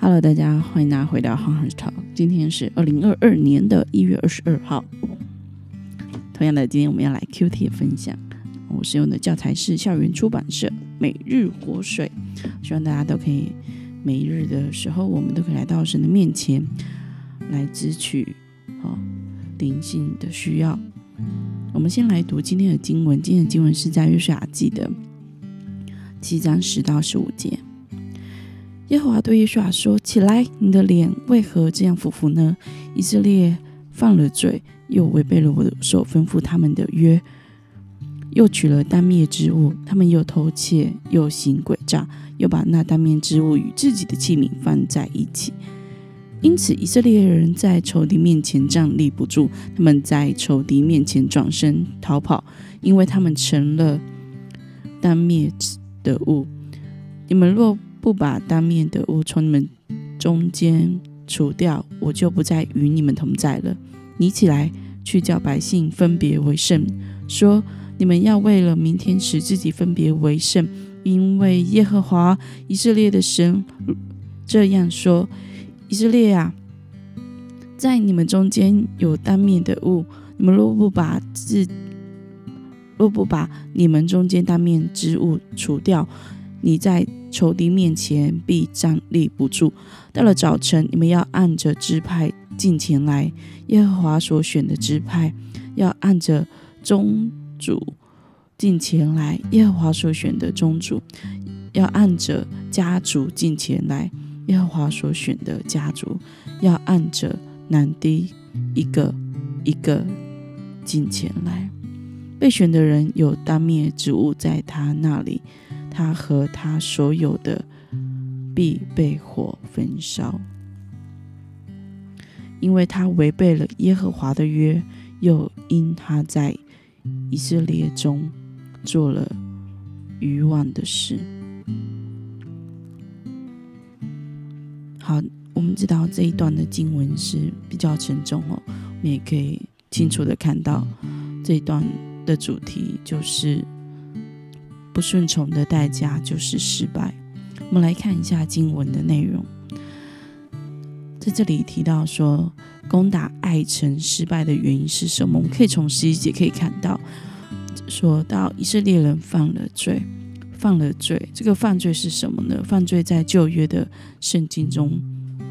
Hello， 大家欢迎大家回到 Hunter's Talk。今天是2022年的1月22号。同样的，今天我们要来 QT 的分享。我使用的教材是校园出版社每日活水，希望大家都可以每日的时候，我们都可以来到神的面前，来支取灵性的需要。我们先来读今天的经文。今天的经文是在约书亚记的7章10到15节。耶和华对约书亚说：起来，你的脸为何这样俯伏呢？以色列犯了罪，又违背了我所吩咐他们的约，又取了当灭之物，他们又偷窃，又行诡诈，又把那当灭之物与自己的器皿放在一起。因此以色列人在仇敌面前站立不住，他们在仇敌面前转身逃跑，因为他们成了当灭的物。你们若不把当灭的物从你们中间除掉，我就不再与你们同在了。你起来，去叫百姓分别为圣，说：你们要为了明天使自己分别为圣，因为耶和华以色列的神这样说：以色列啊，在你们中间有当灭的物，你们若不把你们中间当灭之物除掉，你在仇敌面前必站立不住。到了早晨，你们要按着支派进前来，耶和华所选的支派要按着宗主进前来，耶和华所选的宗主要按着家族进前来，耶和华所选的家族要按着男低一个一个进前来。被选的人有当灭之物在他那里，他和他所有的必被火焚烧，因为他违背了耶和华的约，又因他在以色列中做了愚妄的事。好，我们知道这一段的经文是比较沉重我们也可以清楚的看到这一段的主题就是不顺从的代价就是失败。我们来看一下经文的内容。在这里提到说攻打爱城失败的原因是什么，我们可以从11节可以看到，说到以色列人犯了罪。这个犯罪是什么呢？犯罪在旧约的圣经中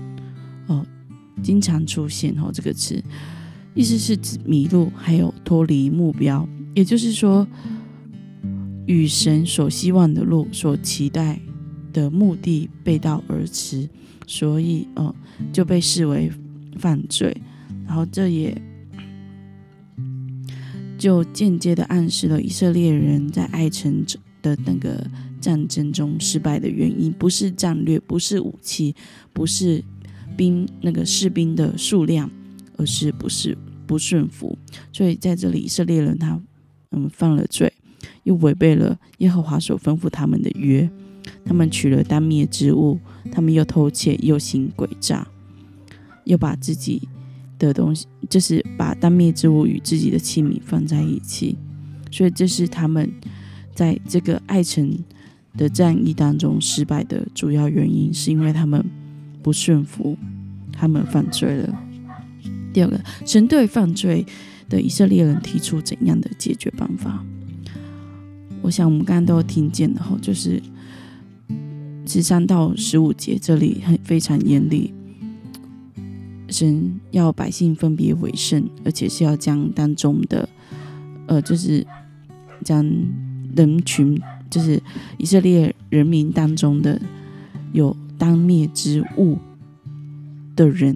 经常出现这个词，意思是指迷路还有脱离目标，也就是说与神所希望的路所期待的目的背道而驰，所以就被视为犯罪。然后这也就间接的暗示了以色列人在爱城的那个战争中失败的原因，不是战略，不是武器，不是士兵的数量，而是不顺服。所以在这里以色列人他犯了罪，又违背了耶和华所吩咐他们的约，他们取了当灭之物，他们又偷窃，又行诡诈，又把自己的东西，就是把当灭之物与自己的器皿放在一起。所以这是他们在这个爱城的战役当中失败的主要原因，是因为他们不顺服，他们犯罪了。第二个，神对犯罪的以色列人提出怎样的解决办法？我想我们刚刚都有听见的，就是13到15节这里非常严厉，神要百姓分别为圣，而且是要将当中的就是将人群，就是以色列人民当中的有当灭之物的人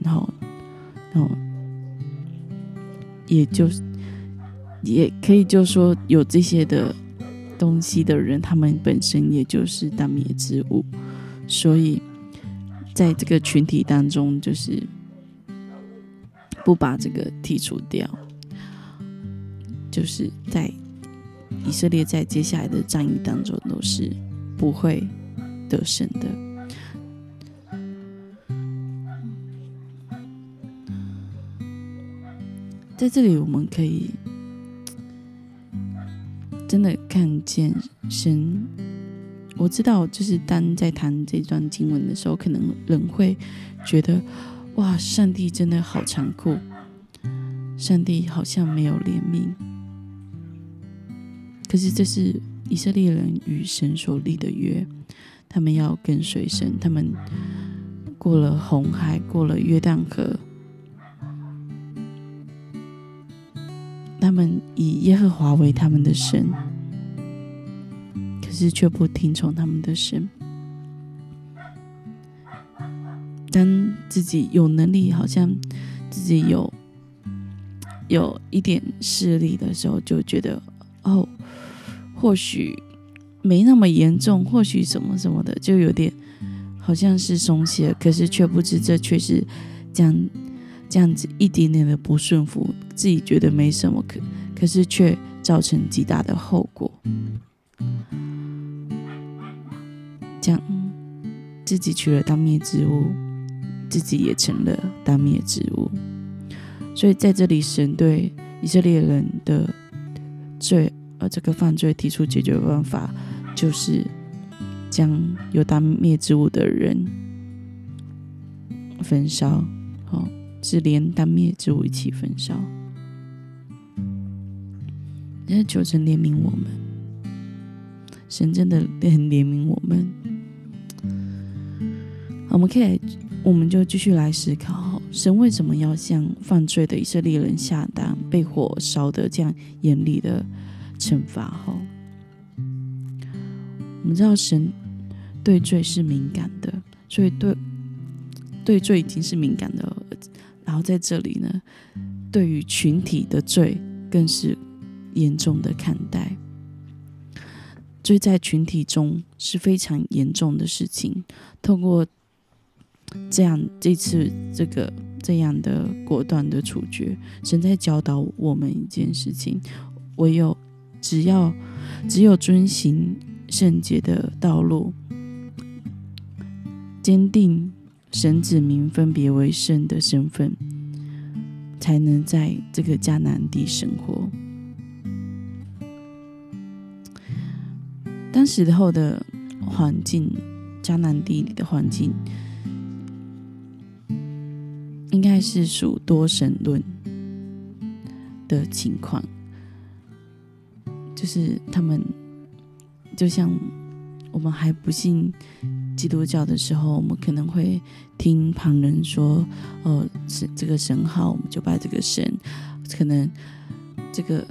也可以就说有这些的东西的人，他们本身也就是当灭之物。所以在这个群体当中，就是不把这个剔除掉，就是在以色列在接下来的战役当中都是不会得胜的。在这里我们可以真的看见神我知道，就是当在谈这段经文的时候，可能人会觉得，哇，上帝真的好残酷，上帝好像没有怜悯。可是这是以色列人与神所立的约，他们要跟随神，他们过了红海，过了约旦河，他们以耶和华为他们的神，可是却不听从他们的神。当自己有能力，好像自己有一点势力的时候，就觉得或许没那么严重，或许什么什么的，就有点好像是松懈，可是却不知这却是这样子一点点的不顺服，自己觉得没什么，可是却造成极大的后果。这样自己取了当灭之物，自己也成了当灭之物。所以在这里，神对以色列人的罪这个犯罪提出解决办法，就是将有当灭之物的人焚烧，是连当灭之物一起焚烧。也求神怜悯我们，神真的很怜悯我们。我们就继续来思考，神为什么要向犯罪的以色列人下达被火烧的这样严厉的惩罚？我们知道神对罪是敏感的，所以对罪已经是敏感的，然后在这里呢，对于群体的罪更是严重的看待。罪在群体中是非常严重的事情，透过这次这样的果断的处决，神在教导我们一件事情：只有遵行圣洁的道路，坚定神子民分别为圣的身份，才能在这个迦南地生活。当时候的环境，迦南地里的环境，应该是属多神论的情况，就是他们就像我们还不信基督教的时候，我们可能会听旁人说，这个神好，我们就拜这个神，可能这个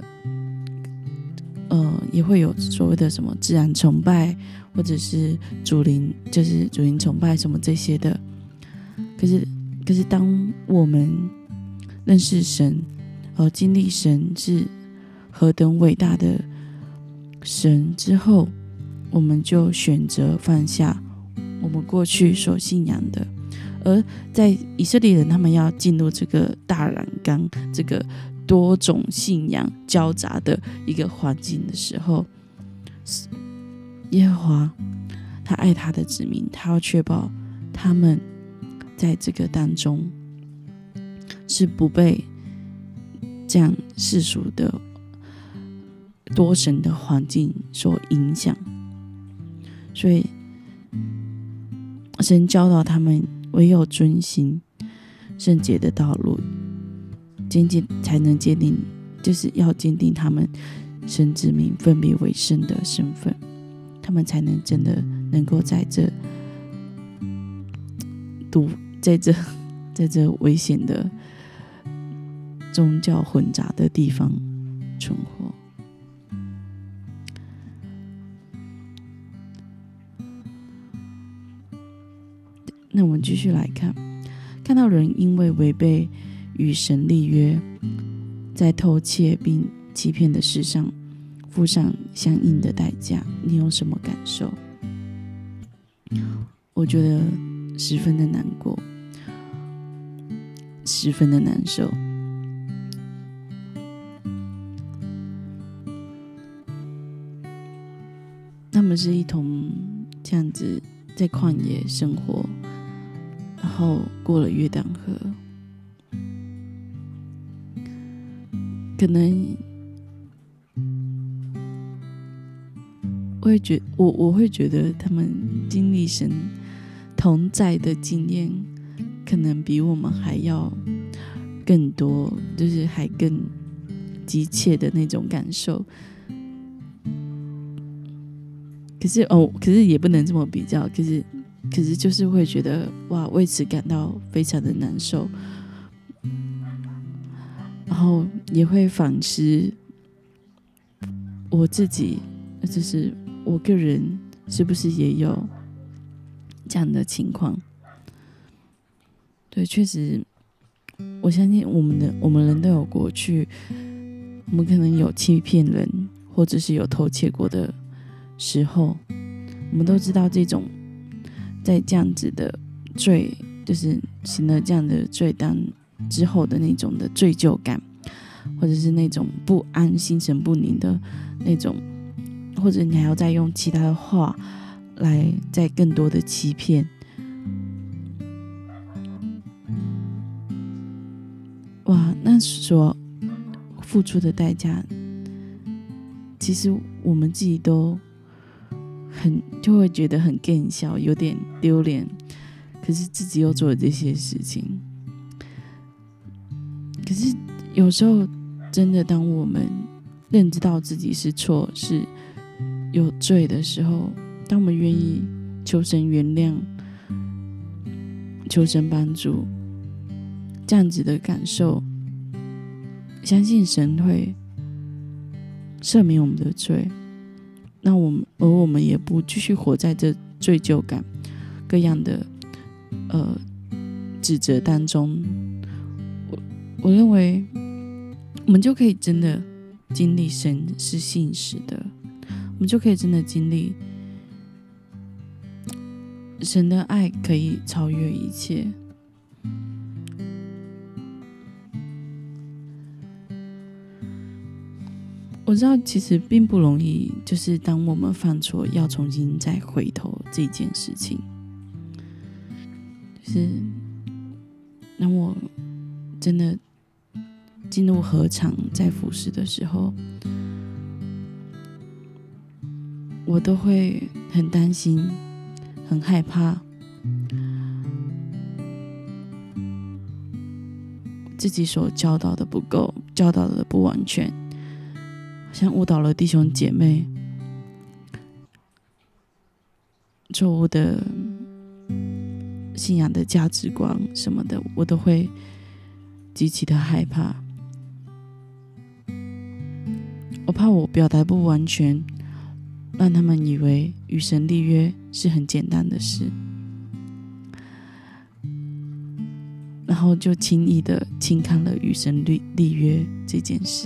也会有所谓的什么自然崇拜，或者是主灵崇拜什么这些的。可是当我们认识神，经历神是何等伟大的神之后，我们就选择放下我们过去所信仰的。而在以色列人他们要进入这个大染缸，这个多种信仰交杂的一个环境的时候，耶和华他爱他的子民，他要确保他们在这个当中是不被这样世俗的多神的环境所影响。所以神教导他们，唯有遵行圣洁的道路，才能坚定，就是要坚定他们神子民分别为圣的身份，他们才能真的能够在这危险的宗教混杂的地方存活。那我们继续来看到人因为违背与神立约，在偷窃并欺骗的事上付上相应的代价，你有什么感受？我觉得十分的难过，十分的难受。他们是一同这样子在旷野生活，然后过了约旦河，可能我会觉得他们经历神同在的经验，可能比我们还要更多，就是还更急切的那种感受。可是也不能这么比较，可是就是会觉得哇，为此感到非常的难受，然后也会反思我自己，就是我个人是不是也有这样的情况。对，确实我相信我们人都有过去，我们可能有欺骗人，或者是有偷窃过的时候，我们都知道这种在这样子的罪，就是行了这样的罪当之后的那种的罪疚感，或者是那种不安、心神不宁的那种，或者你还要再用其他的话来再更多的欺骗。哇，那所付出的代价，其实我们自己都就会觉得很更小，有点丢脸，可是自己又做了这些事情。可是有时候真的当我们认知到自己是错是有罪的时候，当我们愿意求神原谅，求神帮助，这样子的感受，相信神会赦免我们的罪，那我们也不继续活在这罪疚感各样的指责当中。我认为我们就可以真的经历神是信实的，我们就可以真的经历神的爱可以超越一切。我知道其实并不容易，就是当我们犯错要重新再回头这件事情，就是当我真的进入合场在服侍的时候，我都会很担心，很害怕自己所教导的不够，教导的不完全，好像误导了弟兄姐妹，错误的信仰的价值观什么的，我都会极其的害怕。我怕我表达不完全，让他们以为与神立约是很简单的事，然后就轻易的轻看了与神立约这件事。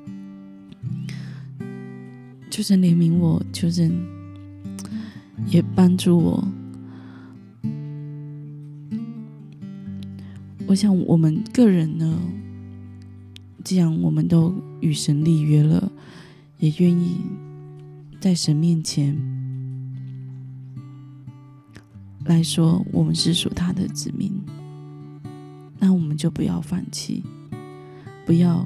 求神怜悯我，求神也帮助我。我想我们个人呢，既然我们都与神立约了，也愿意在神面前来说我们是属他的子民，那我们就不要放弃，不要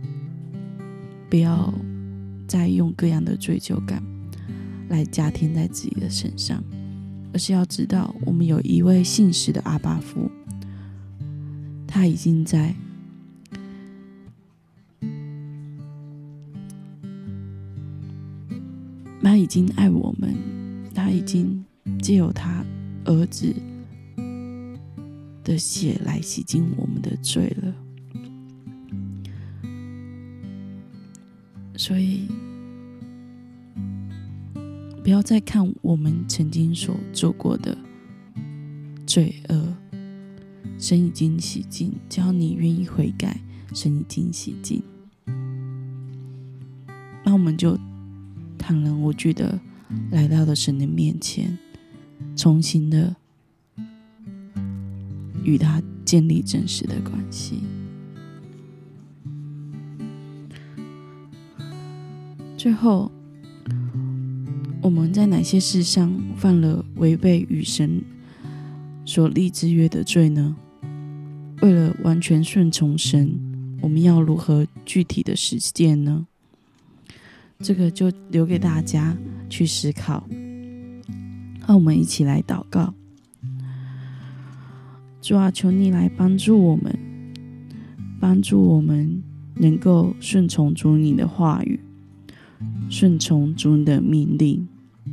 再用各样的追究感来加添在自己的身上，而是要知道我们有一位信实的阿爸父，他已经爱我们，他已经藉由他儿子的血来洗净我们的罪了。所以不要再看我们曾经所做过的罪恶，神已经洗净，只要你愿意悔改，神已经洗净。那我们就坦然无惧的来到了神的面前，重新的与他建立真实的关系。最后，我们在哪些事上犯了违背与神所立之约的罪呢？为了完全顺从神，我们要如何具体的实践呢？这个就留给大家去思考。让我们一起来祷告。主啊，求你来帮助我们，帮助我们能够顺从主你的话语，顺从主你的命令。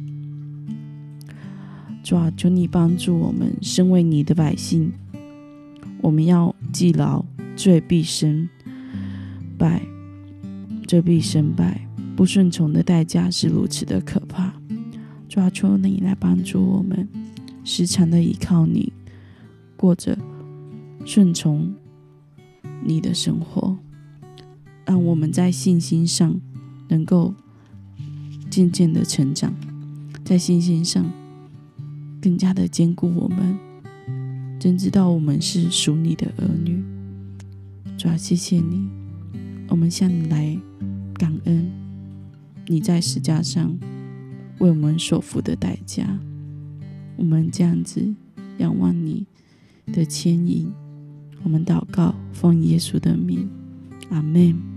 主啊，求你帮助我们，身为你的百姓，我们要记牢罪必生败，罪必生败，不顺从的代价是如此的可怕。主啊，求你来帮助我们，时常的依靠你，过着顺从你的生活，让我们在信心上能够渐渐的成长，在信心上更加的坚固我们，真知道我们是属你的儿女。主啊，谢谢你，我们向你来感恩，你在十架上为我们所付的代价。我们这样子仰望你的牵引，我们祷告，奉耶稣的名，阿们。